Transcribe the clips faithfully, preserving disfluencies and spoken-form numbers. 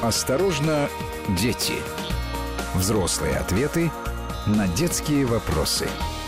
Осторожно, дети. Взрослые ответы на детские вопросы.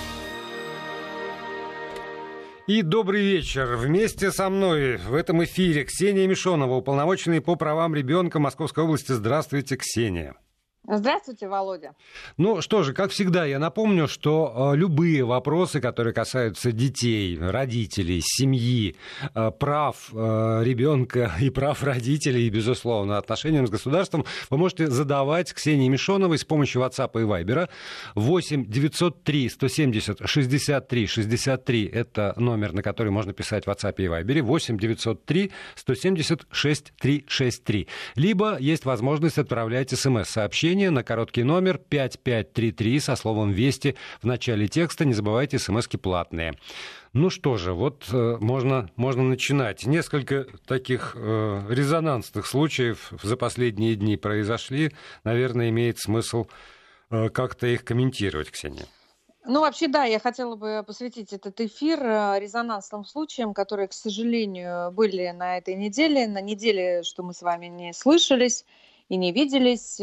И добрый вечер. Вместе со мной в этом эфире Ксения Мишонова, уполномоченный по правам ребенка Московской области. Здравствуйте, Ксения. Здравствуйте, Володя. Ну что же, как всегда, я напомню, что э, любые вопросы, которые касаются детей, родителей, семьи, э, прав э, ребенка и прав родителей, и, безусловно, отношениям с государством, вы можете задавать Ксении Мишоновой с помощью WhatsApp и Viber. восемь девятьсот три сто семьдесят шестьдесят три шестьдесят три – это номер, на который можно писать в WhatsApp и Viber. восемь девятьсот три сто семьдесят шестьдесят три шестьдесят три. Либо есть возможность отправлять смс-сообщение на короткий номер пять пять три три со словом «Вести» в начале текста. Не забывайте, смски платные. Ну что же, вот э, можно, можно начинать. Несколько таких э, резонансных случаев за последние дни произошли. Наверное, имеет смысл э, как-то их комментировать, Ксения. Ну, вообще, да, я хотела бы посвятить этот эфир резонансным случаям, которые, к сожалению, были на этой неделе. На неделе, что мы с вами не слышались и не виделись.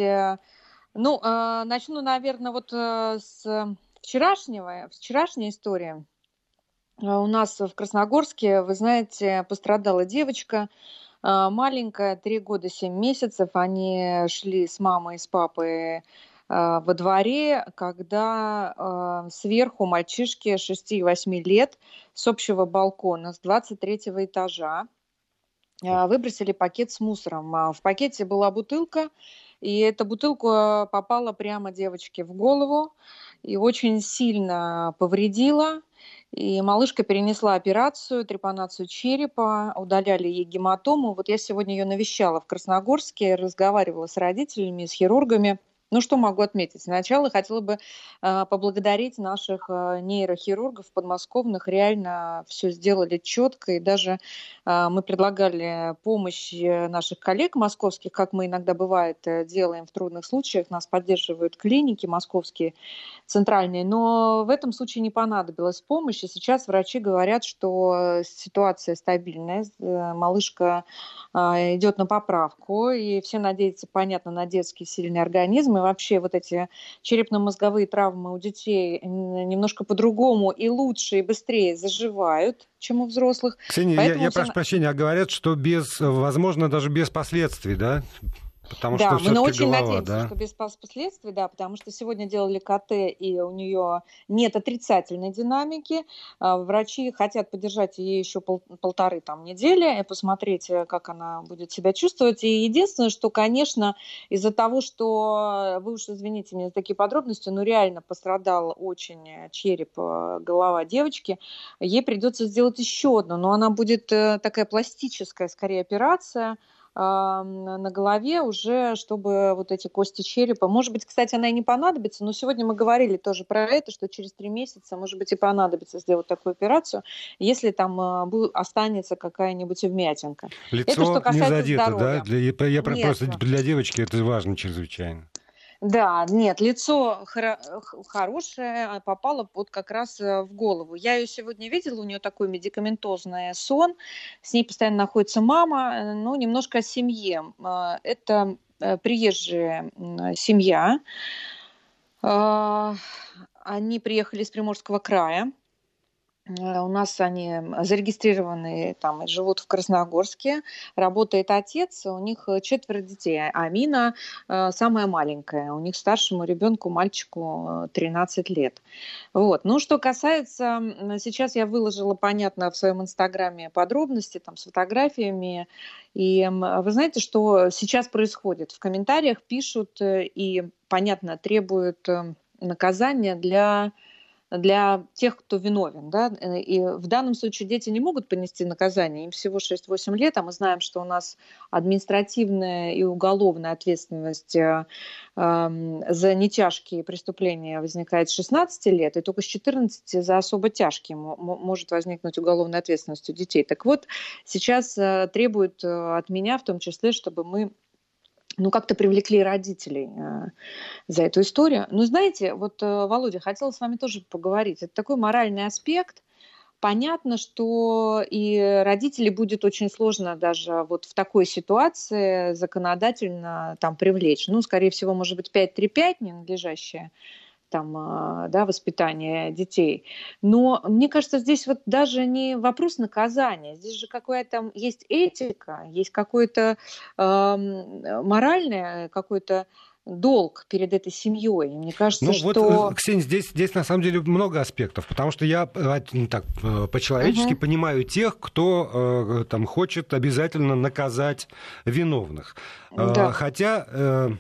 Ну, э, начну, наверное, вот э, с вчерашнего, вчерашней истории. Э, у нас в Красногорске, вы знаете, пострадала девочка э, маленькая, три года семь месяцев. Они шли с мамой и с папой э, во дворе, когда э, сверху мальчишки шести-восьми лет с общего балкона, с двадцать третьего этажа э, выбросили пакет с мусором. В пакете была бутылка, и эта бутылка попала прямо девочке в голову и очень сильно повредила. И малышка перенесла операцию, трепанацию черепа, удаляли ей гематому. Вот я сегодня ее навещала в Красногорске, разговаривала с родителями, с хирургами. Ну, что могу отметить? Сначала хотела бы э, поблагодарить наших э, нейрохирургов подмосковных. Реально все сделали четко. И даже э, мы предлагали помощь наших коллег московских, как мы иногда бывает делаем в трудных случаях. Нас поддерживают клиники московские, центральные. Но в этом случае не понадобилась помощь. И сейчас врачи говорят, что ситуация стабильная. Малышка э, идет на поправку. И все надеются, понятно, на детский сильный организм. И вообще вот эти черепно-мозговые травмы у детей немножко по-другому и лучше, и быстрее заживают, чем у взрослых. Ксения, Поэтому я, я все... прошу прощения, а говорят, что без, возможно, даже без последствий, да? Потому да, что мы очень голова, надеемся, да? что без последствий, да, потому что сегодня делали КТ, и у нее нет отрицательной динамики. Врачи хотят подержать ее еще пол, полторы там, недели и посмотреть, как она будет себя чувствовать. И единственное, что, конечно, из-за того, что, вы уж извините меня за такие подробности, но реально пострадал очень череп, голова девочки, ей придется сделать еще одну, но она будет такая пластическая, скорее, операция на голове уже, чтобы вот эти кости черепа, может быть, кстати, она и не понадобится, но сегодня мы говорили тоже про это, что через три месяца, может быть, и понадобится сделать такую операцию, если там останется какая-нибудь вмятинка. Лицо это что касается не задето, здоровья. Да? Для, я, Нет. Просто для девочки это важно чрезвычайно. Да, нет, лицо хоро- хорошее, попало вот как раз в голову. Я ее сегодня видела, у нее такой медикаментозный сон, с ней постоянно находится мама, ну, немножко о семье. Это приезжая семья, они приехали из Приморского края. У нас они зарегистрированы там, живут в Красногорске. Работает отец, у них четверо детей. Амина самая маленькая. У них старшему ребенку, мальчику, тринадцать лет. Вот. Ну, что касается... Сейчас я выложила, понятно, в своем инстаграме подробности там, с фотографиями. И вы знаете, что сейчас происходит? В комментариях пишут и, понятно, требуют наказания для... для тех, кто виновен. Да? И в данном случае дети не могут понести наказание, им всего шесть-восемь лет, а мы знаем, что у нас административная и уголовная ответственность э, за нетяжкие преступления возникает с шестнадцати лет, и только с четырнадцати за особо тяжкие может возникнуть уголовная ответственность у детей. Так вот, сейчас э, требуют от меня в том числе, чтобы мы ну, как-то привлекли родителей э, за эту историю. Ну, знаете, вот, э, Володя, хотела с вами тоже поговорить. Это такой моральный аспект. понятно, что и родителей будет очень сложно даже вот в такой ситуации законодательно там привлечь. Ну, скорее всего, может быть, пять три пять ненадлежащее там, да, воспитание детей. Но мне кажется, здесь вот даже не вопрос наказания. Здесь же какая-то есть этика, есть какое-то э, моральное, какое-то долг перед этой семьей. Мне кажется, ну, что... Вот, Ксения, здесь, здесь на самом деле много аспектов, потому что я так, по-человечески uh-huh. понимаю тех, кто там, хочет обязательно наказать виновных. Да. Хотя...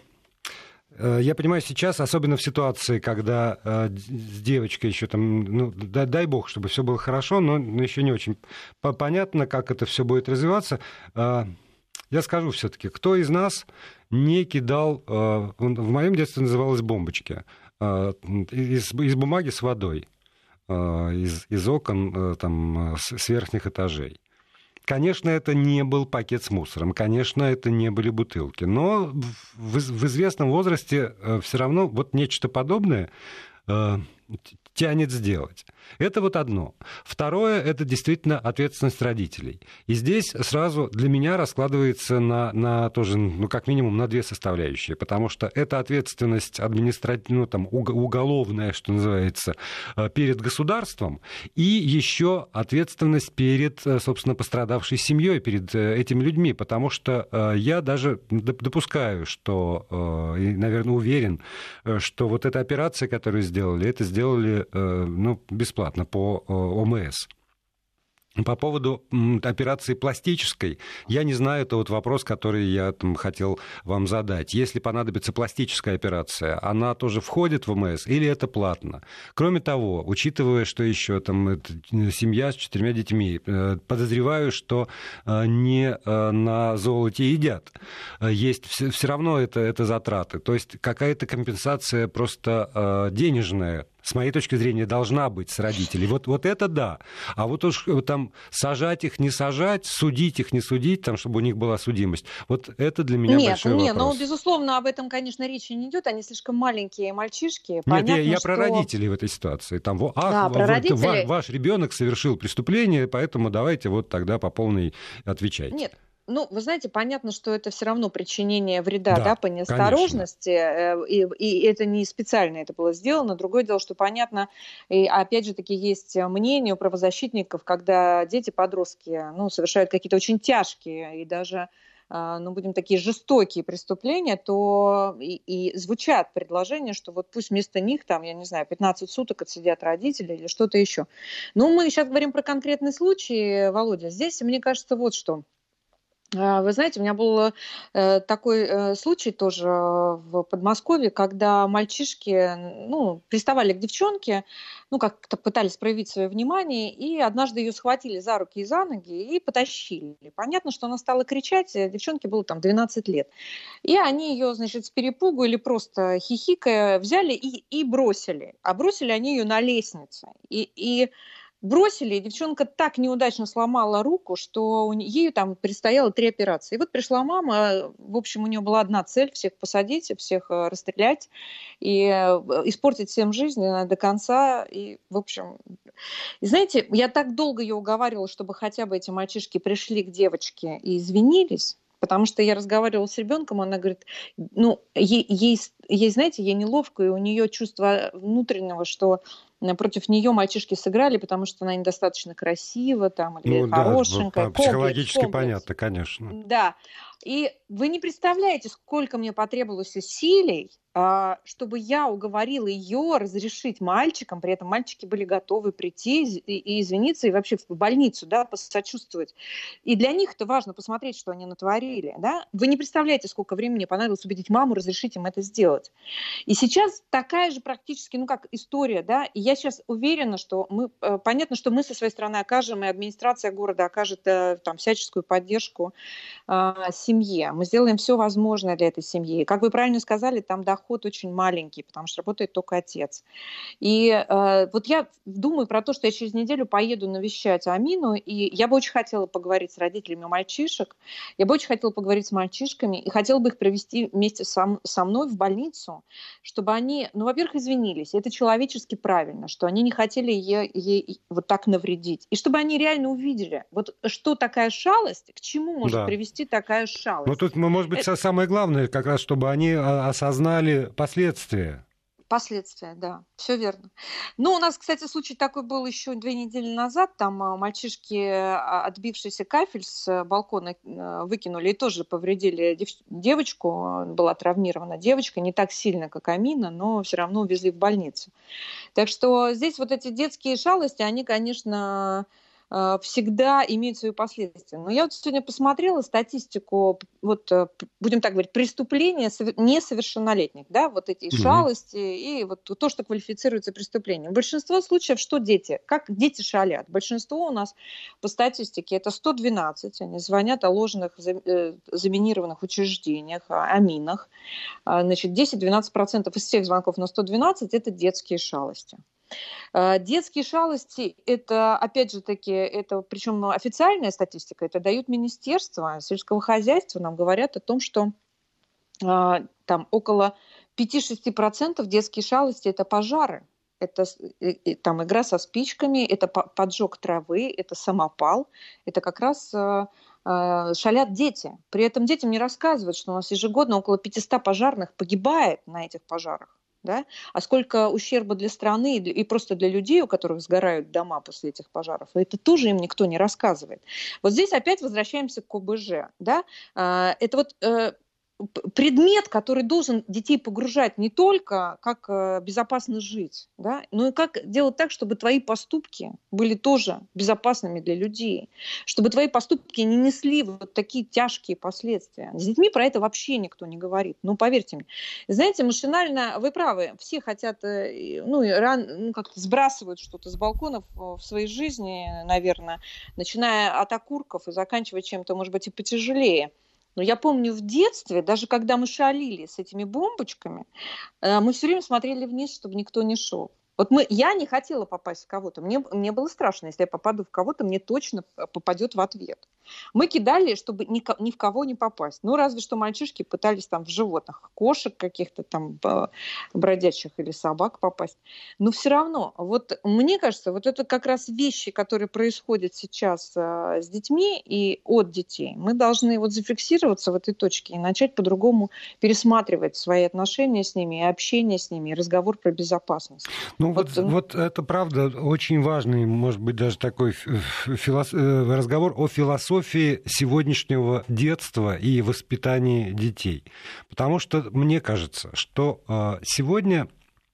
Я понимаю, сейчас, особенно в ситуации, когда э, с девочкой еще там, ну, дай, дай бог, чтобы все было хорошо, но еще не очень понятно, как это все будет развиваться. Э, я скажу все-таки, кто из нас не кидал, э, в моем детстве называлось бомбочки, э, из, из бумаги с водой, э, из, из окон э, там, с, с верхних этажей. Конечно, это не был пакет с мусором, конечно, это не были бутылки, но в, в известном возрасте все равно вот нечто подобное э, тянет сделать. Это вот одно. Второе, это действительно ответственность родителей. И здесь сразу для меня раскладывается на, на тоже, ну, как минимум, на две составляющие, потому что это ответственность административная, ну, там, уголовная, что называется, перед государством, и еще ответственность перед, собственно, пострадавшей семьей, перед этими людьми, потому что я даже допускаю, что, и, наверное, уверен, что вот эта операция, которую сделали, это сделали, ну, бесплатно по ОМС. По поводу операции пластической, я не знаю, это вот вопрос, который я там хотел вам задать. Если понадобится пластическая операция, она тоже входит в ОМС или это платно? Кроме того, учитывая, что еще там семья с четырьмя детьми, подозреваю, что не на золоте едят. Есть все равно это, это затраты. То есть какая-то компенсация просто денежная, с моей точки зрения, должна быть с родителей. Вот, вот это да. А вот уж там сажать их, не сажать, судить их, не судить, там, чтобы у них была судимость, вот это для меня нет, большой нет, вопрос. Нет, ну, безусловно, об этом, конечно, речи не идет. Они слишком маленькие мальчишки. Нет, Понятно, я, я что... про родителей в этой ситуации. Там, ах, да, про вот, родителей... ваш, ваш ребенок совершил преступление, поэтому давайте вот тогда по полной отвечайте. Нет. Ну, вы знаете, понятно, что это все равно причинение вреда, да, да, по неосторожности, и, и это не специально это было сделано. Другое дело, что понятно, и опять же таки есть мнение у правозащитников, когда дети-подростки, ну, совершают какие-то очень тяжкие и даже, ну, будем такие жестокие преступления, то и, и звучат предложения, что вот пусть вместо них там, я не знаю, пятнадцать суток отсидят родители или что-то еще. Но мы сейчас говорим про конкретный случай, Володя. Здесь, мне кажется, вот что. Вы знаете, у меня был такой случай тоже в Подмосковье, когда мальчишки, ну, приставали к девчонке, ну, как-то пытались проявить свое внимание, и однажды ее схватили за руки и за ноги и потащили. Понятно, что она стала кричать, девчонке было там двенадцать лет. И они ее, значит, с перепугу или просто хихикая взяли и, и бросили. А бросили они ее на лестнице. И... и бросили, и девчонка так неудачно сломала руку, что ей там предстояло три операции. И вот пришла мама, в общем, у нее была одна цель – всех посадить, всех расстрелять и испортить всем жизнь до конца. И, в общем, и знаете, я так долго ее уговаривала, чтобы хотя бы эти мальчишки пришли к девочке и извинились, потому что я разговаривала с ребенком, она говорит, ну, ей, ей, ей, знаете, ей неловко, и у нее чувство внутреннего, что против нее мальчишки сыграли, потому что она недостаточно красива там, или ну, хорошенькая. Да, психологически комплекс, понятно, конечно. Да. И вы не представляете, сколько мне потребовалось усилий, чтобы я уговорила ее разрешить мальчикам, при этом мальчики были готовы прийти и извиниться, и вообще в больницу, да, посочувствовать. И для них это важно посмотреть, что они натворили. Да? Вы не представляете, сколько времени понадобилось убедить маму, разрешить им это сделать. И сейчас такая же практически, ну как история, да, и я сейчас уверена, что мы, понятно, что мы со своей стороны окажем, и администрация города окажет там всяческую поддержку э, семье. Мы сделаем все возможное для этой семьи. Как вы правильно сказали, там доход Доход очень маленький, потому что работает только отец. И э, вот я думаю про то, что я через неделю поеду навещать Амину, и я бы очень хотела поговорить с родителями мальчишек, я бы очень хотела поговорить с мальчишками, и хотела бы их провести вместе со, со мной в больницу, больницу, чтобы они, ну, во-первых, извинились. Это человечески правильно, что они не хотели ей, ей вот так навредить. И чтобы они реально увидели, вот что такая шалость, к чему может Да. привести такая Ну, шалость. тут, может быть, Это самое главное, как раз, чтобы они а, осознали последствия. последствия, да, все верно. Ну, у нас, кстати, случай такой был еще две недели назад. Там а, мальчишки, а, отбившийся кафель с а, балкона, а, выкинули и тоже повредили дев- девочку. Была травмирована девочка, не так сильно, как Амина, но все равно увезли в больницу. Так что здесь вот эти детские шалости, они, конечно, э, всегда имеют свои последствия. Но я вот сегодня посмотрела статистику, вот э, п- будем так говорить, преступления сове- несовершеннолетних, да, вот эти Мгм. шалости и вот то, что квалифицируется преступлением. Большинство случаев, что дети, как дети шалят? Большинство у нас по статистике это сто двенадцать, они звонят о ложных зам- э, заминированных учреждениях, о о минах. А, Значит, десять-двенадцать процентов из всех звонков на сто двенадцать это детские шалости. А, Детские шалости, это, опять же таки, это, причем официальная статистика, это дают Министерство сельского хозяйства, нам говорят о том, что а, там около пять-шесть процентов детские шалости – это пожары. Это с- и- и там игра со спичками, это по- поджог травы, это самопал. Это как раз э, э, шалят дети. При этом детям не рассказывают, что у нас ежегодно около пятьсот пожарных погибает на этих пожарах. Да? А сколько ущерба для страны и, для- и просто для людей, у которых сгорают дома после этих пожаров, это тоже им никто не рассказывает. Вот здесь опять возвращаемся к ОБЖ. Да? А, Это вот э, п- предмет, который должен детей погружать не только как э, безопасно жить, да, но и как делать так, чтобы твои поступки были тоже безопасными для людей, чтобы твои поступки не несли вот такие тяжкие последствия. С детьми про это вообще никто не говорит. Ну, поверьте мне. Знаете, машинально, вы правы, все хотят, э, и, ну, и ран, ну, как-то сбрасывают что-то с балконов э, в своей жизни, наверное, начиная от окурков и заканчивая чем-то, может быть, и потяжелее. Но я помню в детстве, даже когда мы шалили с этими бомбочками, э, мы все время смотрели вниз, чтобы никто не шел. Вот мы, я не хотела попасть в кого-то. Мне, мне было страшно, если я попаду в кого-то, мне точно п- попадет в ответ. Мы кидали, чтобы ни, ко- ни в кого не попасть. Ну, разве что мальчишки пытались там в животных, кошек каких-то там э, бродячих или собак попасть. Но все равно, вот мне кажется, вот это как раз вещи, которые происходят сейчас э, с детьми и от детей. Мы должны вот зафиксироваться в этой точке и начать по-другому пересматривать свои отношения с ними, и общение с ними, и разговор про безопасность. Ну, вот, Вот, м, вот это правда очень важный, может быть, даже такой ф- ф- филос- э, разговор о философии сегодняшнего детства и воспитании детей. Потому что мне кажется, что э, сегодня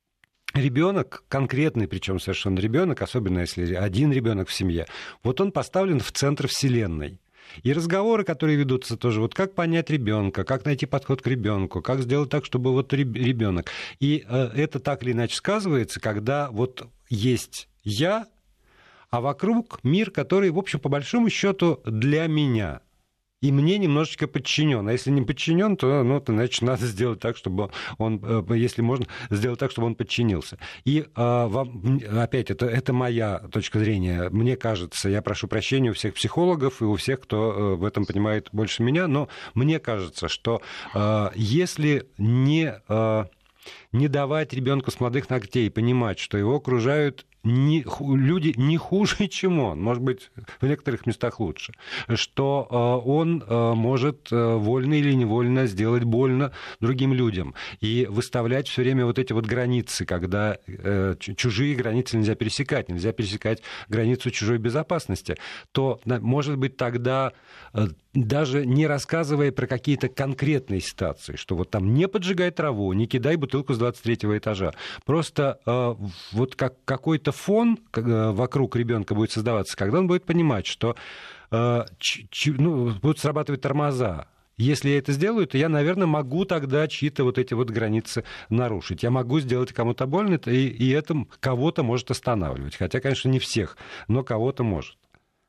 ребенок, конкретный, причем совершенно ребенок, особенно если один ребенок в семье, вот он поставлен в центр вселенной. И разговоры, которые ведутся тоже, вот как понять ребенка, как найти подход к ребенку, как сделать так, чтобы вот ребенок. И э, это так или иначе сказывается, когда вот есть я, а вокруг мир, который, в общем, по большому счету для меня. И мне немножечко подчинен. А если не подчинен, то, ну, то, значит, надо сделать так, чтобы он, э, если можно, сделать так, чтобы он подчинился. И э, вам, опять, это, это моя точка зрения. Мне кажется, я прошу прощения у всех психологов и у всех, кто э, в этом понимает больше меня, но мне кажется, что э, если не, э, не давать ребенку с молодых ногтей понимать, что его окружают не, люди не хуже, чем он, может быть, в некоторых местах лучше, что э, он э, может э, вольно или невольно сделать больно другим людям. И выставлять все время вот эти вот границы, когда э, чужие границы нельзя пересекать, нельзя пересекать границу чужой безопасности, то, может быть, тогда э, даже не рассказывая про какие-то конкретные ситуации, что вот там не поджигай траву, не кидай бутылку с двадцать третьего этажа, просто э, вот как какой-то фон вокруг ребенка будет создаваться, когда он будет понимать, что э, ч, ч, ну, будут срабатывать тормоза. Если я это сделаю, то я, наверное, могу тогда чьи-то вот эти вот границы нарушить. Я могу сделать кому-то больно, и, и это кого-то может останавливать. Хотя, конечно, не всех, но кого-то может.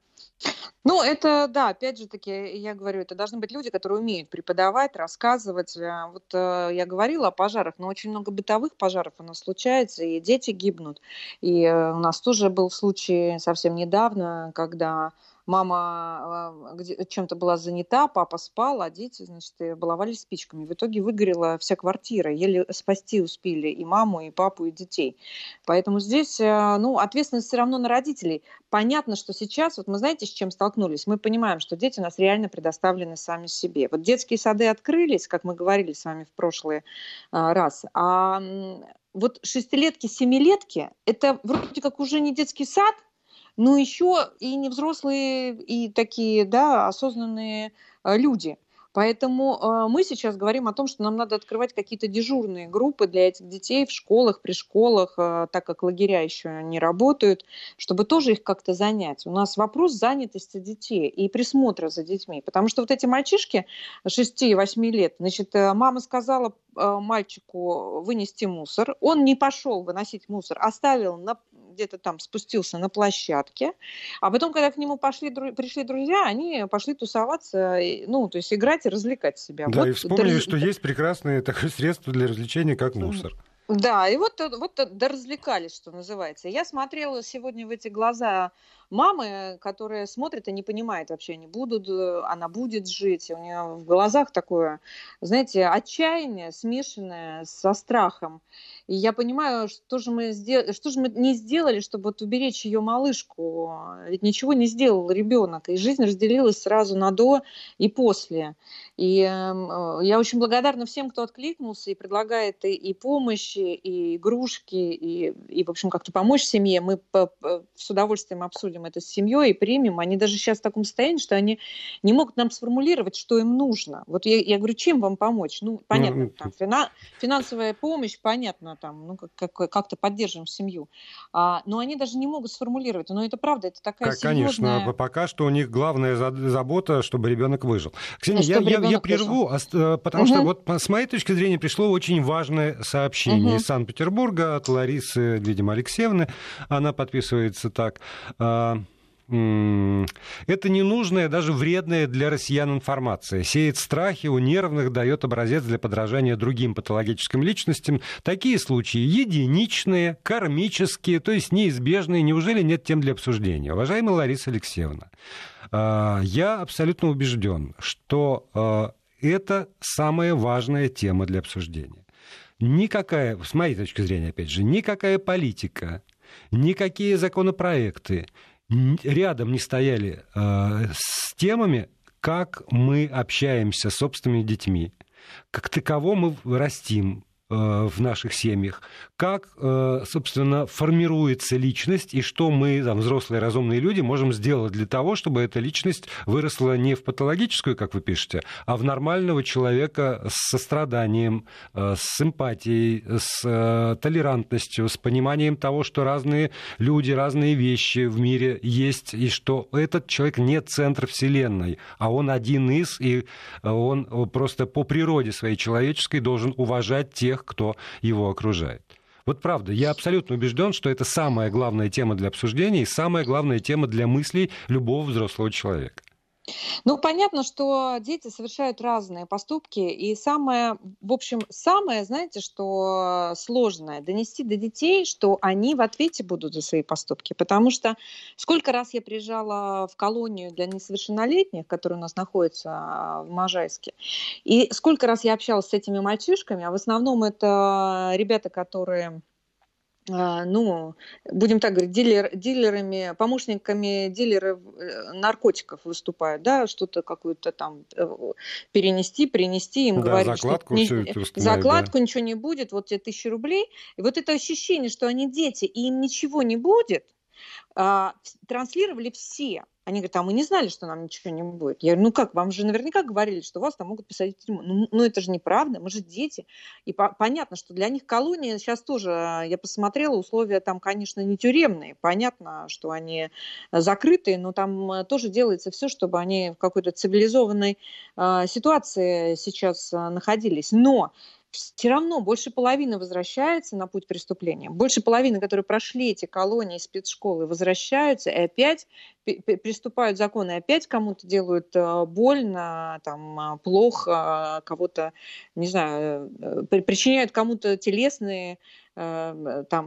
Ну, это, да, опять же таки, я говорю, это должны быть люди, которые умеют преподавать, рассказывать. Вот э, я говорила о пожарах, но очень много бытовых пожаров у нас случается, и дети гибнут. И э, у нас тоже был случай совсем недавно, когда мама где, чем-то была занята, папа спал, а дети, значит, баловались спичками. В итоге выгорела вся квартира. Еле спасти успели и маму, и папу, и детей. Поэтому здесь, ну, ответственность все равно на родителей. Понятно, что сейчас, вот мы знаете, с чем столкнулись? Мы понимаем, что дети у нас реально предоставлены сами себе. Вот детские сады открылись, как мы говорили с вами в прошлый раз, а вот шестилетки, семилетки, это вроде как уже не детский сад, но еще и не взрослые, и такие, да, осознанные люди. Поэтому э, мы сейчас говорим о том, что нам надо открывать какие-то дежурные группы для этих детей в школах, при школах, э, так как лагеря еще не работают, чтобы тоже их как-то занять. У нас вопрос занятости детей и присмотра за детьми. Потому что вот эти мальчишки шести-восьми лет, значит, мама сказала э, мальчику вынести мусор, он не пошел выносить мусор, оставил на, где-то там, спустился на площадке, а потом, когда к нему пошли, пришли друзья, они пошли тусоваться, ну, то есть играть и развлекать себя. Да, вот и вспомнили, дор... что есть прекрасное такое средство для развлечения, как мусор. Да, и вот, вот доразвлекались, что называется. Я смотрела сегодня в эти глаза мамы, которая смотрит и не понимает вообще, они будут, она будет жить. У нее в глазах такое, знаете, отчаяние, смешанное со страхом. И я понимаю, что же мы, сделали, что же мы не сделали, чтобы вот уберечь ее малышку. Ведь ничего не сделал ребенок. И жизнь разделилась сразу на до и после. И э, я очень благодарна всем, кто откликнулся и предлагает и, и помощь, и игрушки, и, и, в общем, как-то помочь семье. Мы по, по, с удовольствием обсудим это с семьей и примем. Они даже сейчас в таком состоянии, что они не могут нам сформулировать, что им нужно. Вот я, я говорю, чем вам помочь? Ну, понятно, там, фина, финансовая помощь, понятно, там, ну, как, как, как-то поддержим семью. А, но они даже не могут сформулировать. Но это правда, это такая как, серьезная... Конечно, пока что у них главная забота, чтобы ребенок выжил. Ксения, я, я, я прерву, выжил. потому угу. что вот с моей точки зрения пришло очень важное сообщение угу. из Санкт-Петербурга от Ларисы, видимо, Алексеевны. Она подписывается так. Это ненужная, даже вредная для россиян информация. Сеет страхи у нервных, дает образец для подражания другим патологическим личностям. Такие случаи единичные, кармические, то есть неизбежные. Неужели нет тем для обсуждения? Уважаемая Лариса Алексеевна, я абсолютно убежден, что это самая важная тема для обсуждения. Никакая, с моей точки зрения, опять же, никакая политика, никакие законопроекты рядом не стояли э, с темами, как мы общаемся с собственными детьми, как таково мы растим э, в наших семьях, как, э, собственно, формируется личность и что мы, там, взрослые разумные люди, можем сделать для того, чтобы эта личность выросла не в патологическую, как вы пишете, а в нормального человека с состраданием, э, с эмпатией, с э, толерантностью, с пониманием того, что разные люди, разные вещи в мире есть, и что этот человек не центр вселенной, а он один из, и он просто по природе своей человеческой должен уважать тех, кто его окружает. Вот правда, я абсолютно убежден, что это самая главная тема для обсуждения и самая главная тема для мыслей любого взрослого человека. Ну, понятно, что дети совершают разные поступки, и самое, в общем, самое, знаете, что сложное, донести до детей, что они в ответе будут за свои поступки, потому что сколько раз я приезжала в колонию для несовершеннолетних, которая у нас находится в Можайске, и сколько раз я общалась с этими мальчишками, а в основном это ребята, которые... ну, будем так говорить, дилер, дилерами, помощниками дилеров наркотиков выступают, да, что-то какую-то там перенести, принести, им да, говорить, закладку, что все не, это закладку, да. Ничего не будет, вот тебе тысяча рублей. И вот это ощущение, что они дети, и им ничего не будет, транслировали все. Они говорят, а мы не знали, что нам ничего не будет. Я говорю, ну как, вам же наверняка говорили, что вас там могут посадить в тюрьму. Ну, ну это же неправда, мы же дети. И по- понятно, что для них колония сейчас тоже, я посмотрела, условия там, конечно, не тюремные. Понятно, что они закрытые, но там тоже делается все, чтобы они в какой-то цивилизованной э, ситуации сейчас э, находились. Но все равно больше половины возвращается на путь преступления. Больше половины, которые прошли эти колонии, спецшколы, возвращаются и опять приступают законы, и опять кому-то делают больно, там, плохо, кого-то, не знаю, причиняют кому-то телесные, там,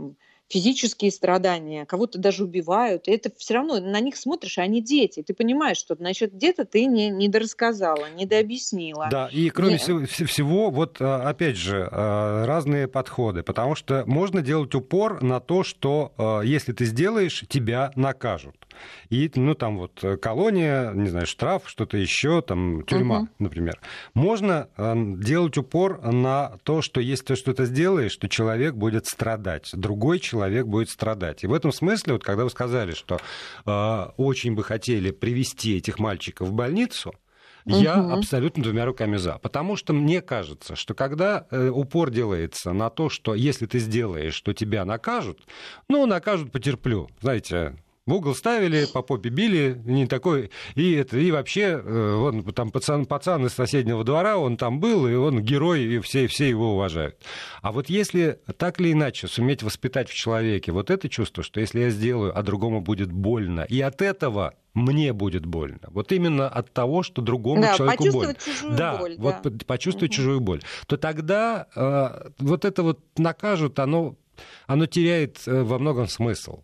физические страдания, кого-то даже убивают. И это все равно на них смотришь, а они дети. Ты понимаешь, что, значит, где-то ты не, не дорассказала, не дообъяснила. Да, и кроме не... всего, всего, вот опять же, разные подходы, потому что можно делать упор на то, что если ты сделаешь, тебя накажут. И, ну, там вот колония, не знаю, штраф, что-то еще, там, тюрьма, uh-huh. например. Можно делать упор на то, что если ты что-то сделаешь, то человек будет страдать, другой человек будет страдать. И в этом смысле, вот когда вы сказали, что э, очень бы хотели привести этих мальчиков в больницу, я угу. абсолютно двумя руками за. Потому что мне кажется, что когда э, упор делается на то, что если ты сделаешь, что тебя накажут, ну, накажут, потерплю. Знаете, в угол ставили, по попе били, не такой, и, это, и вообще, он, там пацан, пацан из соседнего двора, он там был, и он герой, и все, все его уважают. А вот если так или иначе суметь воспитать в человеке вот это чувство, что если я сделаю, а другому будет больно, и от этого мне будет больно. Вот именно от того, что другому да, человеку больно. Чужую да, боль, вот да, почувствовать угу. чужую боль. То тогда э, вот это вот накажут, оно, оно теряет э, во многом смысл.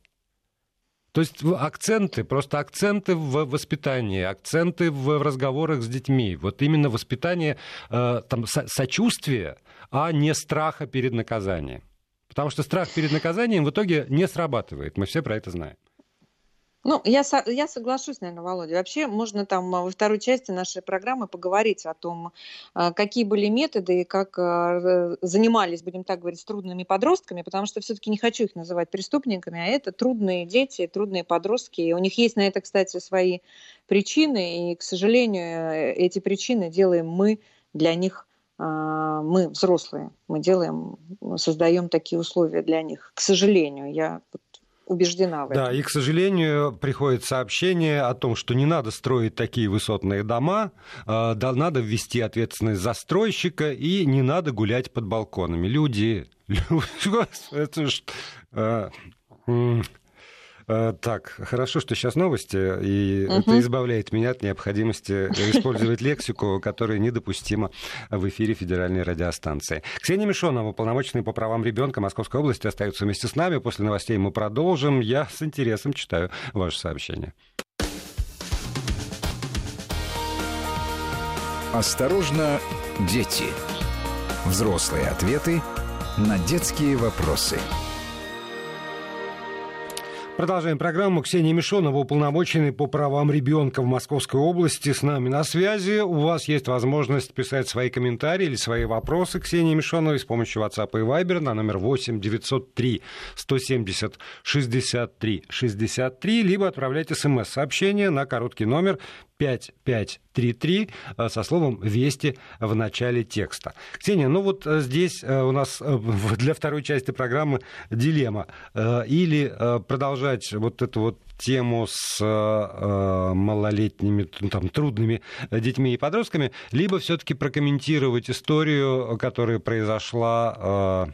То есть акценты, просто акценты в воспитании, акценты в разговорах с детьми. Вот именно воспитание э, там, сочувствия, а не страха перед наказанием. Потому что страх перед наказанием в итоге не срабатывает. Мы все про это знаем. Ну, я, я соглашусь, наверное, Володя. Вообще можно там во второй части нашей программы поговорить о том, какие были методы и как занимались, будем так говорить, с трудными подростками, потому что все-таки не хочу их называть преступниками, а это трудные дети, трудные подростки. И у них есть на это, кстати, свои причины, и, к сожалению, эти причины делаем мы для них, мы, взрослые, мы делаем, создаем такие условия для них. К сожалению, я убеждена в этом. Да, и, к сожалению, приходит сообщение о том, что не надо строить такие высотные дома, да, надо ввести ответственность застройщика и не надо гулять под балконами. Люди, это ж... Так, хорошо, что сейчас новости, и uh-huh. это избавляет меня от необходимости использовать лексику, которая недопустима в эфире федеральной радиостанции. Ксения Мишонова, уполномоченная по правам ребенка Московской области, остается вместе с нами. После новостей мы продолжим. Я с интересом читаю ваше сообщение. Осторожно, дети. Взрослые ответы на детские вопросы. Продолжаем программу. Ксения Мишонова, уполномоченный по правам ребенка в Московской области, с нами на связи. У вас есть возможность писать свои комментарии или свои вопросы Ксении Мишоновой с помощью WhatsApp и Viber на номер восемь девятьсот три сто семьдесят шестьдесят три шестьдесят три, либо отправлять смс-сообщение на короткий номер пять пять три три со словом «Вести» в начале текста. Ксения, ну вот здесь у нас для второй части программы дилемма. Или продолжать вот эту вот тему с малолетними, там, трудными детьми и подростками, либо все-таки прокомментировать историю, которая произошла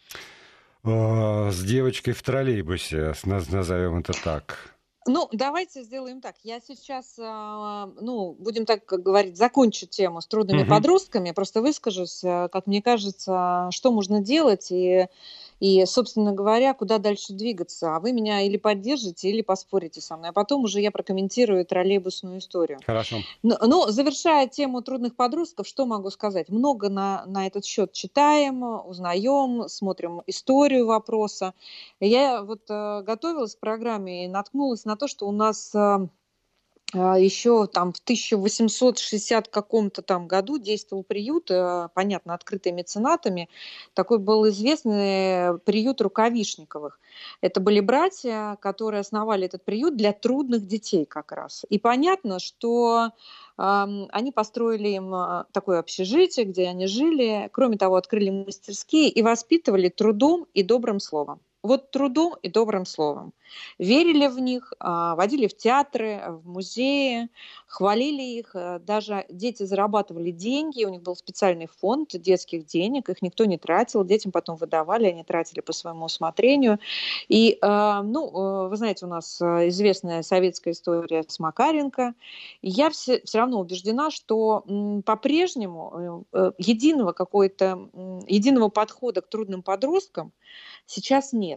с девочкой в троллейбусе, назовем это так. Ну, давайте сделаем так. Я сейчас, ну, будем так говорить, закончу тему с трудными uh-huh. подростками, просто выскажусь, как мне кажется, что можно делать и, и, собственно говоря, куда дальше двигаться. А вы меня или поддержите, или поспорите со мной. А потом уже я прокомментирую троллейбусную историю. Хорошо. Но, но завершая тему трудных подростков, что могу сказать? Много на, на этот счет читаем, узнаем, смотрим историю вопроса. Я вот э, готовилась к программе и наткнулась на то, что у нас э, еще там в тысяча восемьсот шестидесятом каком-то там году действовал приют, э, понятно, открытый меценатами. Такой был известный приют Рукавишниковых. Это были братья, которые основали этот приют для трудных детей как раз. И понятно, что э, они построили им такое общежитие, где они жили. Кроме того, открыли мастерские и воспитывали трудом и добрым словом. Вот трудом и добрым словом. Верили в них, водили в театры, в музеи, хвалили их. Даже дети зарабатывали деньги, у них был специальный фонд детских денег, их никто не тратил, детям потом выдавали, они тратили по своему усмотрению. И, ну, вы знаете, у нас известная советская история с Макаренко. Я все, все равно убеждена, что по-прежнему единого какой-то, единого подхода к трудным подросткам сейчас нет.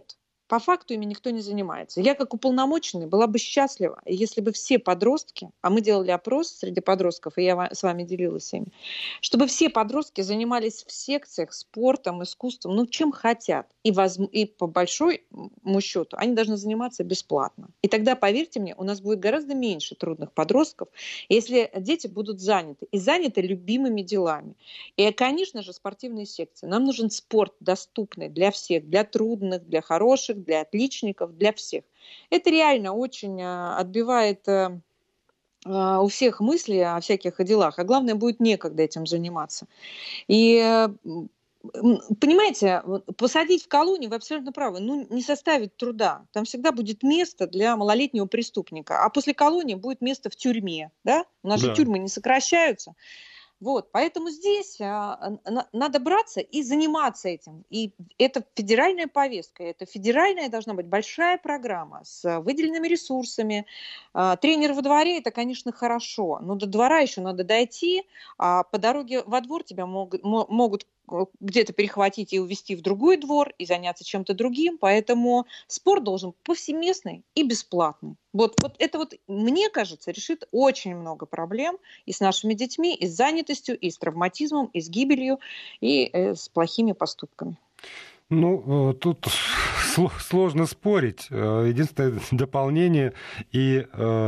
По факту ими никто не занимается. Я, как уполномоченный, была бы счастлива, если бы все подростки, а мы делали опрос среди подростков, и я с вами делилась ими, чтобы все подростки занимались в секциях спортом, искусством, ну, чем хотят. И, воз... и по большому счету они должны заниматься бесплатно. И тогда, поверьте мне, у нас будет гораздо меньше трудных подростков, если дети будут заняты. И заняты любимыми делами. И, конечно же, спортивные секции. Нам нужен спорт доступный для всех, для трудных, для хороших, для отличников, для всех. Это реально очень отбивает у всех мысли о всяких делах, а главное, будет некогда этим заниматься. И понимаете, посадить в колонию, вы абсолютно правы, ну, не составит труда. Там всегда будет место для малолетнего преступника, а после колонии будет место в тюрьме, да? У нас да. же тюрьмы не сокращаются. Вот, поэтому здесь а, надо браться и заниматься этим. И это федеральная повестка, это федеральная должна быть большая программа с выделенными ресурсами. А, тренер во дворе – это, конечно, хорошо, но до двора еще надо дойти, а по дороге во двор тебя могут, могут где-то перехватить и увезти в другой двор и заняться чем-то другим. Поэтому спорт должен повсеместный и бесплатный. Вот, вот это вот, мне кажется, решит очень много проблем и с нашими детьми, и с занятостью, и с травматизмом, и с гибелью, и э, с плохими поступками. Ну, тут сложно спорить. Единственное дополнение и...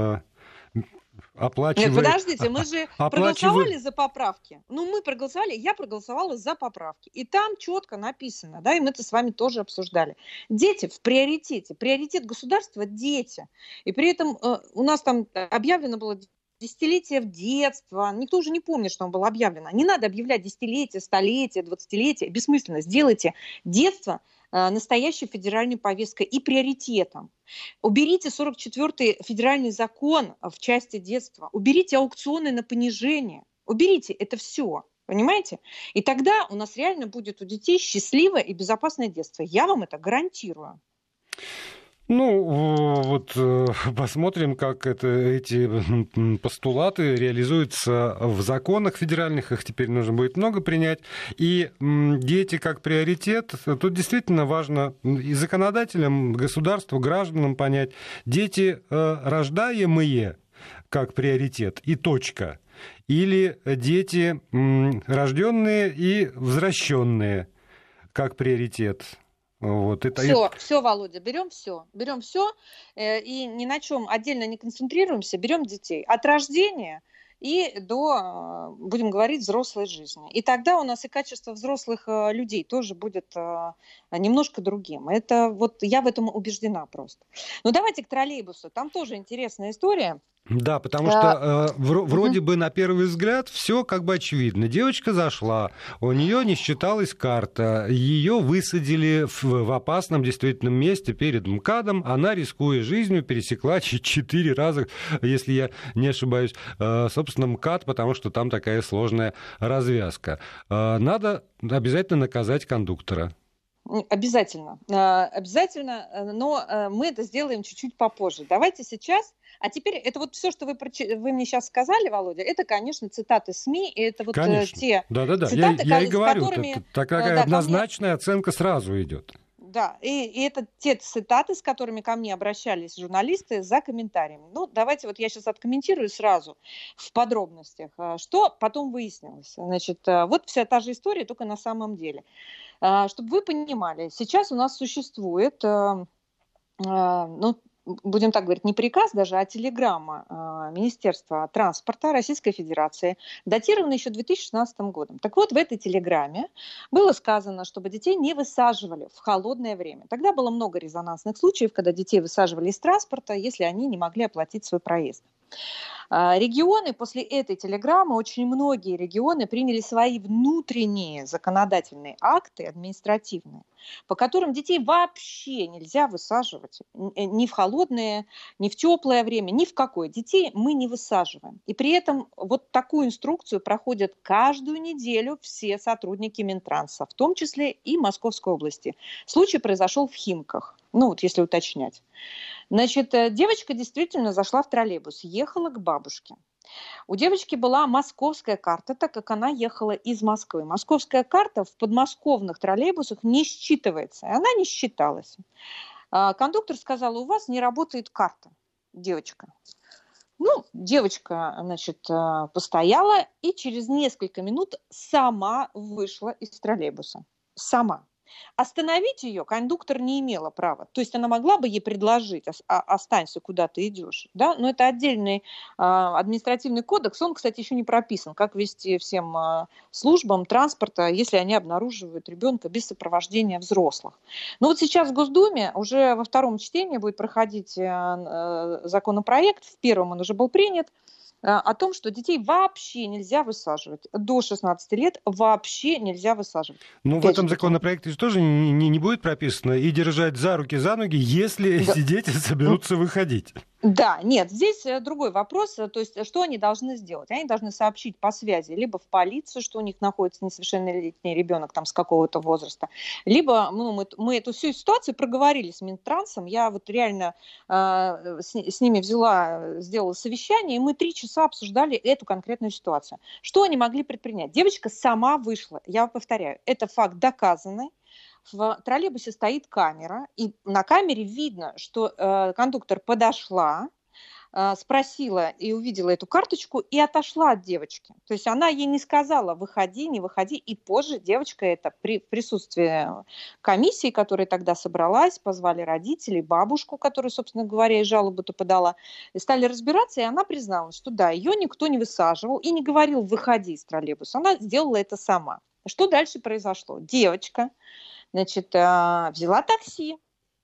Оплачивай... Нет, подождите, мы же Оплачивай... проголосовали за поправки. Ну, мы проголосовали, я проголосовала за поправки. И там четко написано, да, и мы это с вами тоже обсуждали. Дети в приоритете. Приоритет государства – дети. И при этом э, у нас там объявлено было десятилетие в детство. Никто уже не помнит, что оно было объявлено. Не надо объявлять десятилетие, столетие, двадцатилетие. Бессмысленно. Сделайте детство настоящей федеральной повесткой и приоритетом. Уберите сорок четвёртый федеральный закон в части детства. Уберите аукционы на понижение. Уберите это все. Понимаете? И тогда у нас реально будет у детей счастливое и безопасное детство. Я вам это гарантирую. Ну, вот посмотрим, как это, эти постулаты реализуются в законах федеральных. Их теперь нужно будет много принять. И дети как приоритет. Тут действительно важно и законодателям, государству, гражданам понять. Дети рождаемые как приоритет и точка. Или дети рожденные и возвращенные как приоритет. Вот, это... Все, все, Володя, берем все, берем все э, и ни на чем отдельно не концентрируемся, берем детей от рождения и до, будем говорить, взрослой жизни. И тогда у нас и качество взрослых э, людей тоже будет э, немножко другим. Это вот я в этом убеждена просто. Но давайте к троллейбусу. Там тоже интересная история. Да, потому что э, в, вроде бы на первый взгляд все как бы очевидно. Девочка зашла, у нее не считалась карта, ее высадили в, в опасном действительно месте перед МКАДом, она, рискуя жизнью, пересекла четыре раза, если я не ошибаюсь, э, собственно, МКАД, потому что там такая сложная развязка. Э, надо обязательно наказать кондуктора. Обязательно, обязательно, но мы это сделаем чуть-чуть попозже. Давайте сейчас, а теперь это вот все, что вы, вы мне сейчас сказали, Володя, это, конечно, цитаты СМИ, и это вот конечно. те Да-да-да. цитаты, я, я и говорю, которыми... Это, такая да, однозначная мне... оценка сразу идет. Да, и, и это те цитаты, с которыми ко мне обращались журналисты за комментариями. Ну, давайте вот я сейчас откомментирую сразу в подробностях, что потом выяснилось. Значит, вот вся та же история, только на самом деле. Чтобы вы понимали, сейчас у нас существует, ну, будем так говорить, не приказ даже, а телеграмма Министерства транспорта Российской Федерации, датированная еще две тысячи шестнадцатым годом. Так вот, в этой телеграмме было сказано, чтобы детей не высаживали в холодное время. Тогда было много резонансных случаев, когда детей высаживали из транспорта, если они не могли оплатить свой проезд. Регионы после этой телеграммы, очень многие регионы приняли свои внутренние законодательные акты административные, по которым детей вообще нельзя высаживать ни в холодное, ни в теплое время, ни в какое. Детей мы не высаживаем. И при этом вот такую инструкцию проходят каждую неделю все сотрудники Минтранса, в том числе и Московской области. Случай произошел в Химках, ну вот если уточнять. Значит, девочка действительно зашла в троллейбус, ехала к бабушке. У девочки была московская карта, так как она ехала из Москвы. Московская карта в подмосковных троллейбусах не считывается, и она не считалась. Кондуктор сказала: у вас не работает карта, девочка. Ну, девочка, значит, постояла и через несколько минут сама вышла из троллейбуса. Сама. Остановить ее кондуктор не имела права. То есть она могла бы ей предложить: останься, куда ты идешь. Да? Но это отдельный а, административный кодекс. Он, кстати, еще не прописан, как вести всем а, службам транспорта, если они обнаруживают ребенка без сопровождения взрослых. Но вот сейчас в Госдуме уже во втором чтении будет проходить а, законопроект. В первом он уже был принят. О том, что детей вообще нельзя высаживать. До шестнадцати лет вообще нельзя высаживать. Ну, в этом законопроекте тоже не, не, не будет прописано и держать за руки, за ноги, если да. эти дети соберутся выходить. Да, нет, здесь другой вопрос. То есть, что они должны сделать? Они должны сообщить по связи либо в полицию, что у них находится несовершеннолетний ребенок там с какого-то возраста, либо ну, мы, мы эту всю ситуацию проговорили с Минтрансом. Я вот реально э, с, с ними взяла, сделала совещание, и мы три часа обсуждали эту конкретную ситуацию. Что они могли предпринять? Девочка сама вышла. Я повторяю, это факт доказанный. В троллейбусе стоит камера, и на камере видно, что э, кондуктор подошла, э, спросила и увидела эту карточку и отошла от девочки. То есть она ей не сказала: выходи, не выходи. И позже девочка это при присутствии комиссии, которая тогда собралась, позвали родителей, бабушку, которая, собственно говоря, и жалобу-то подала, и стали разбираться, и она призналась, что да, ее никто не высаживал и не говорил: выходи из троллейбуса. Она сделала это сама. Что дальше произошло? Девочка Значит, взяла такси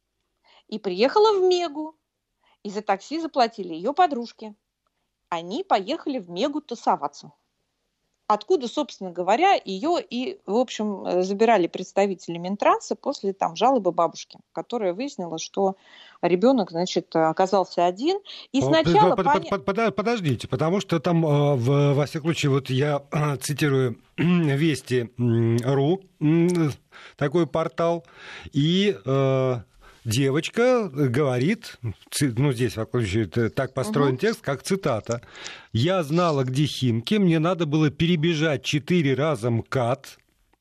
и приехала в Мегу. И за такси заплатили ее подружки. Они поехали в Мегу тусоваться. Откуда, собственно говоря, ее и, в общем, забирали представители Минтранса после там жалобы бабушки, которая выяснила, что ребенок, значит, оказался один. И сначала... Под, под, под, под, подождите, потому что там, в, во всяком случае, вот я цитирую Вести.ру, такой портал, и... Девочка говорит, ну здесь так построен угу. текст, как цитата: «Я знала, где Химки, мне надо было перебежать четыре раза МКАД.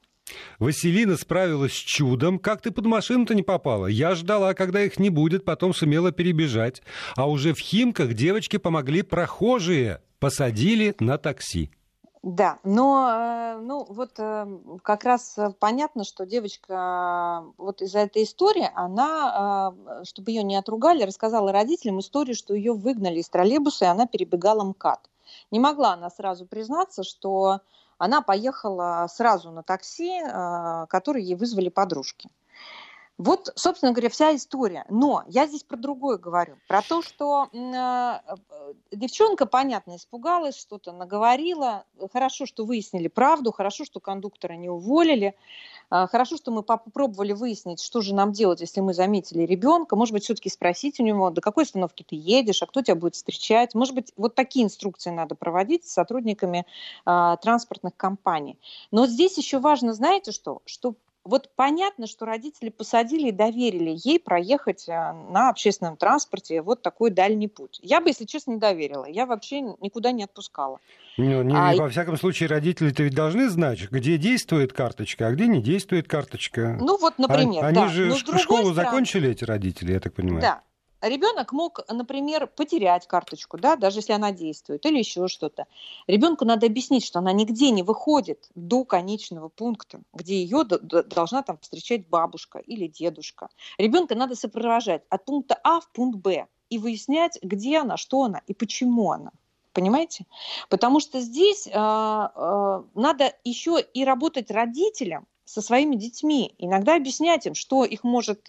Василина справилась с чудом. Как ты под машину-то не попала? Я ждала, когда их не будет, потом сумела перебежать. А уже в Химках девочке помогли прохожие, посадили на такси». Да, но ну, вот как раз понятно, что девочка вот из-за этой истории, она, чтобы ее не отругали, рассказала родителям историю, что ее выгнали из троллейбуса, и она перебегала МКАД. Не могла она сразу признаться, что она поехала сразу на такси, который ей вызвали подружки. Вот, собственно говоря, вся история. Но я здесь про другое говорю. Про то, что э, девчонка, понятно, испугалась, что-то наговорила. Хорошо, что выяснили правду. Хорошо, что кондуктора не уволили. Э, хорошо, что мы попробовали выяснить, что же нам делать, если мы заметили ребенка. Может быть, все-таки спросить у него, до какой остановки ты едешь, а кто тебя будет встречать. Может быть, вот такие инструкции надо проводить с сотрудниками э, транспортных компаний. Но здесь еще важно, знаете что? Что вот понятно, что родители посадили и доверили ей проехать на общественном транспорте вот такой дальний путь. Я бы, если честно, не доверила. Я вообще никуда не отпускала. Ну, не, а... Во всяком случае, родители-то ведь должны знать, где действует карточка, а где не действует карточка. Ну вот, например, а, Они да. же Но школу стороны... закончили, эти родители, я так понимаю. Да. Ребенок мог, например, потерять карточку, да, даже если она действует, или еще что-то. Ребенку надо объяснить, что она нигде не выходит до конечного пункта, где ее должна там встречать бабушка или дедушка. Ребенка надо сопровождать от пункта А в пункт Б и выяснять, где она, что она и почему она. Понимаете? Потому что здесь э, э, надо еще и работать родителям со своими детьми, иногда объяснять им, что их может,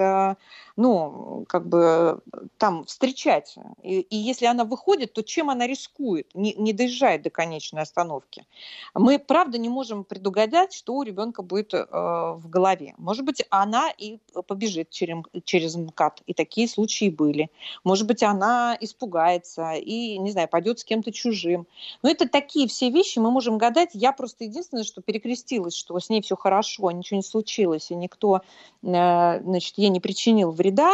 ну, как бы там встречать. И, и если она выходит, то чем она рискует, не, не доезжает до конечной остановки. Мы, правда, не можем предугадать, что у ребенка будет э, в голове. Может быть, она и побежит через, через МКАД, и такие случаи были. Может быть, она испугается и, не знаю, пойдет с кем-то чужим. Но это такие все вещи, мы можем гадать. Я просто единственное, что перекрестилась, что с ней все хорошо, ничего не случилось, и никто, значит, ей не причинил вреда.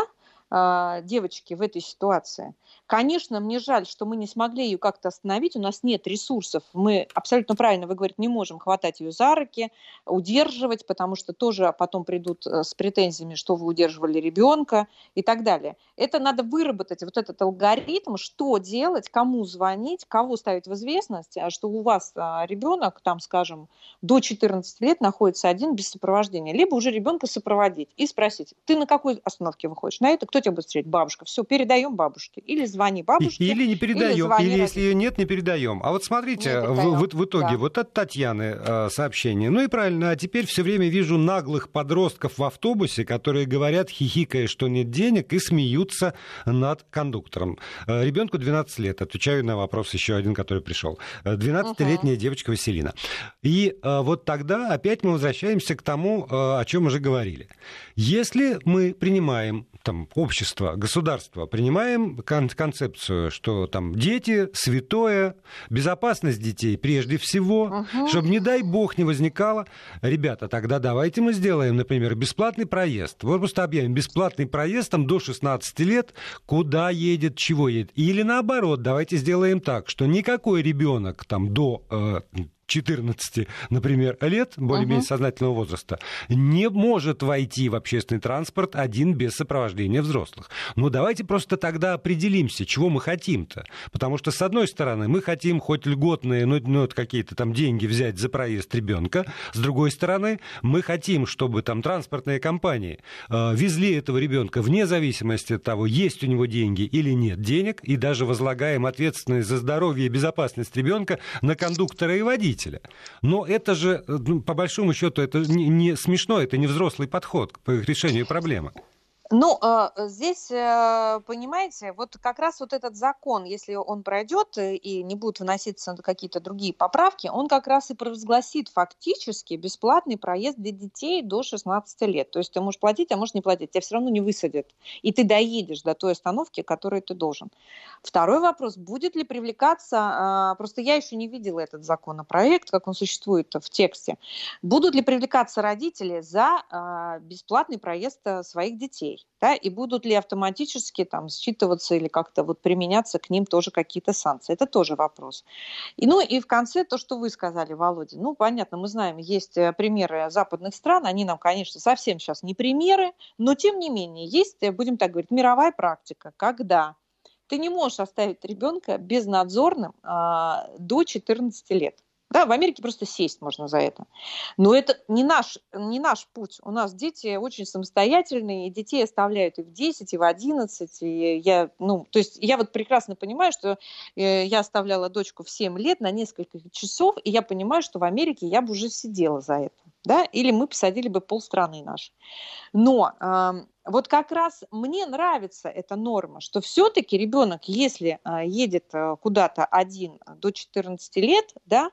э, девочки в этой ситуации. Конечно, мне жаль, что мы не смогли ее как-то остановить, у нас нет ресурсов, мы абсолютно правильно, вы говорите, не можем хватать ее за руки, удерживать, потому что тоже потом придут с претензиями, что вы удерживали ребенка и так далее. Это надо выработать, вот этот алгоритм, что делать, кому звонить, кого ставить в известность, что у вас ребенок, там, скажем, до четырнадцати лет находится один без сопровождения, либо уже ребенка сопроводить и спросить, ты на какой остановке выходишь? На это кто тебя будет встречать? Бабушка. Все, передаем бабушке. Или звони бабушке. Или не передаем, или, или если ее нет, не передаем. А вот смотрите, в, в, в итоге, да. вот от Татьяны э, сообщение. Ну и правильно, а теперь все время вижу наглых подростков в автобусе, которые говорят, хихикая, что нет денег, и смеются над кондуктором. Э, ребенку двенадцать лет. Отвечаю на вопрос еще один, который пришел. двенадцатилетняя uh-huh. девочка Василина. И э, вот тогда опять мы возвращаемся к тому, э, о чем уже говорили. Если мы принимаем, там, общество, государство, принимаем кон- концепцию, что там дети, святое, безопасность детей прежде всего, uh-huh. чтобы, не дай бог, не возникало. Ребята, тогда давайте мы сделаем, например, бесплатный проезд. Вот просто объявим бесплатный проезд там, до шестнадцати лет, куда едет, чего едет. Или наоборот, давайте сделаем так, что никакой ребенок там до... Э, четырнадцати, например, лет, более-менее uh-huh. сознательного возраста, не может войти в общественный транспорт один без сопровождения взрослых. Ну, давайте просто тогда определимся, чего мы хотим-то. Потому что, с одной стороны, мы хотим хоть льготные, ну, ну какие-то там деньги взять за проезд ребенка. С другой стороны, мы хотим, чтобы там транспортные компании э, везли этого ребенка вне зависимости от того, есть у него деньги или нет денег, и даже возлагаем ответственность за здоровье и безопасность ребенка на кондуктора и водителя. Но это же, ну, по большому счету, это не, не смешно, это не взрослый подход к решению проблемы. Ну, здесь, понимаете, вот как раз вот этот закон, если он пройдет и не будут вноситься какие-то другие поправки, он как раз и провозгласит фактически бесплатный проезд для детей до шестнадцати лет. То есть ты можешь платить, а можешь не платить, тебя все равно не высадят. И ты доедешь до той остановки, которую ты должен. Второй вопрос, будет ли привлекаться, просто я еще не видела этот законопроект, как он существует в тексте, будут ли привлекаться родители за бесплатный проезд своих детей? Да, и будут ли автоматически там считываться или как-то вот применяться к ним тоже какие-то санкции. Это тоже вопрос. И, ну и в конце то, что вы сказали, Володя. Ну, понятно, мы знаем, есть примеры западных стран, они нам, конечно, совсем сейчас не примеры, но тем не менее есть, будем так говорить, мировая практика, когда ты не можешь оставить ребенка безнадзорным а, до четырнадцати лет. Да, в Америке просто сесть можно за это. Но это не наш, не наш путь. У нас дети очень самостоятельные, и детей оставляют и в десять, и в одиннадцать. И я, ну, то есть я вот прекрасно понимаю, что я оставляла дочку в семь лет на несколько часов, и я понимаю, что в Америке я бы уже сидела за это. Да? Или мы посадили бы полстраны нашей. Но э, вот как раз мне нравится эта норма, что все-таки ребенок, если э, едет куда-то один до четырнадцати лет, да,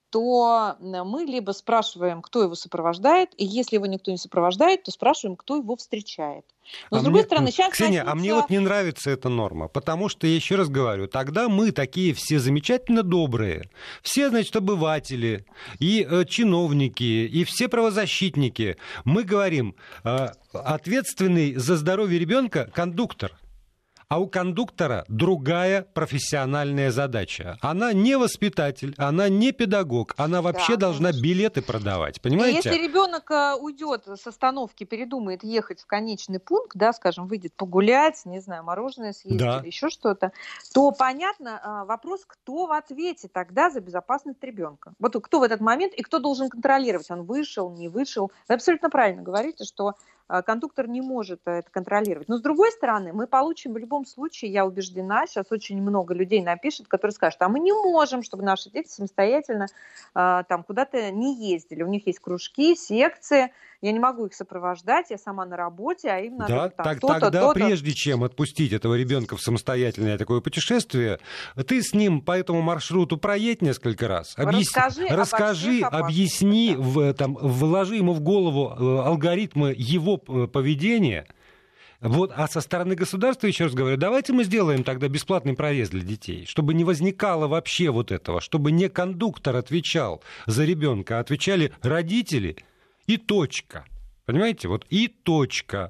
то мы либо спрашиваем, кто его сопровождает, и если его никто не сопровождает, то спрашиваем, кто его встречает. Но, а с другой мне, стороны, сейчас... Ксения, начнется... а мне вот не нравится эта норма, потому что, я еще раз говорю, тогда мы такие все замечательно добрые, все, значит, обыватели, и э, чиновники, и все правозащитники, мы говорим, э, ответственный за здоровье ребенка кондуктор. А у кондуктора другая профессиональная задача. Она не воспитатель, она не педагог, она вообще да, должна конечно. билеты продавать, понимаете? И если ребенок уйдет с остановки, передумает ехать в конечный пункт, да, скажем, выйдет погулять, не знаю, мороженое съесть да. или еще что-то, то понятно вопрос, кто в ответе тогда за безопасность ребенка. Вот кто в этот момент и кто должен контролировать, он вышел, не вышел. Вы абсолютно правильно говорите, что кондуктор не может это контролировать. Но, с другой стороны, мы получим в любом случае, я убеждена, сейчас очень много людей напишут, которые скажут, а мы не можем, чтобы наши дети самостоятельно там куда-то не ездили. У них есть кружки, секции, я не могу их сопровождать, я сама на работе, а им надо да, там так, то-то, тогда то-то. Прежде чем отпустить этого ребенка в самостоятельное такое путешествие, ты с ним по этому маршруту проедь несколько раз. Объяс... Расскажи, расскажи объясни, да. в, там, вложи ему в голову алгоритмы его поведения. Вот, а со стороны государства, еще раз говорю, давайте мы сделаем тогда бесплатный проезд для детей, чтобы не возникало вообще вот этого, чтобы не кондуктор отвечал за ребенка, а отвечали родители и точка. Понимаете, вот и точка.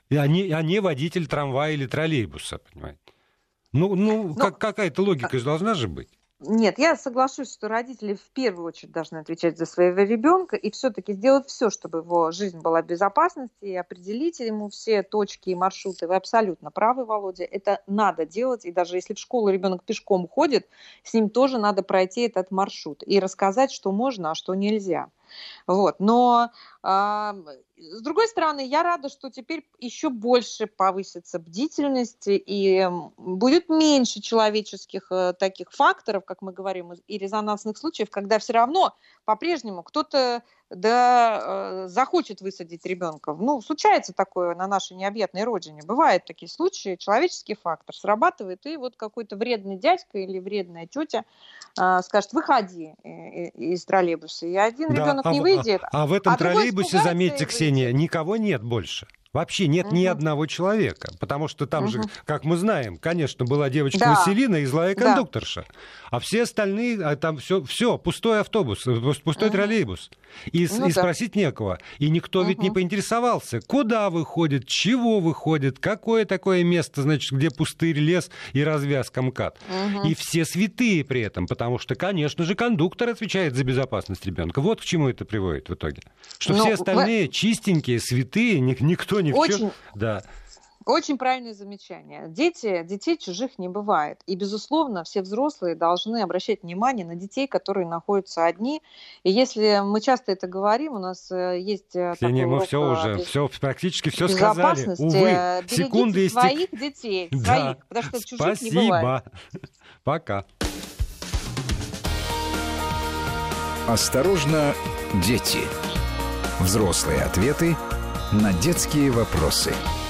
а не, а не водитель трамвая или троллейбуса, понимаете? Ну, ну, ну как, какая-то логика же должна же быть. Нет, я соглашусь, что родители в первую очередь должны отвечать за своего ребенка и все-таки сделать все, чтобы его жизнь была в безопасности, и определить ему все точки и маршруты. Вы абсолютно правы, Володя, это надо делать, и даже если в школу ребенок пешком ходит, с ним тоже надо пройти этот маршрут и рассказать, что можно, а что нельзя. Вот. Но, э, с другой стороны, я рада, что теперь еще больше повысится бдительность и будет меньше человеческих э, таких факторов, как мы говорим, и резонансных случаев, когда все равно по-прежнему кто-то да, э, захочет высадить ребенка. Ну, случается такое на нашей необъятной родине. Бывают такие случаи, человеческий фактор срабатывает, и вот какой-то вредный дядька или вредная тетя э, скажет, выходи из троллейбуса, и один да, ребенок а, не выйдет. А, а в этом а троллейбусе, заметьте, Ксения, никого нет больше. Вообще нет угу. ни одного человека, потому что там угу. же, как мы знаем, конечно, была девочка да. Василина и злая кондукторша, да. а все остальные, а там все, все пустой автобус, пустой угу. троллейбус, и, ну, и да. спросить некого. И никто угу. ведь не поинтересовался, куда выходит, чего выходит, какое такое место, значит, где пустырь, лес и развязка МКАД. Угу. И все святые при этом, потому что, конечно же, кондуктор отвечает за безопасность ребенка. Вот к чему это приводит в итоге. Что ну, все остальные вы... чистенькие, святые, никто не Очень, да. очень правильное замечание. Дети, детей чужих не бывает. И, безусловно, все взрослые должны обращать внимание на детей, которые находятся одни. И если мы часто это говорим, у нас есть Ксения, такой мы урок все уже, все, практически все сказали. Увы, секунды истек... своих детей, да. своих, потому что чужих Спасибо. не бывает. Пока. Осторожно, дети. Взрослые ответы на детские вопросы.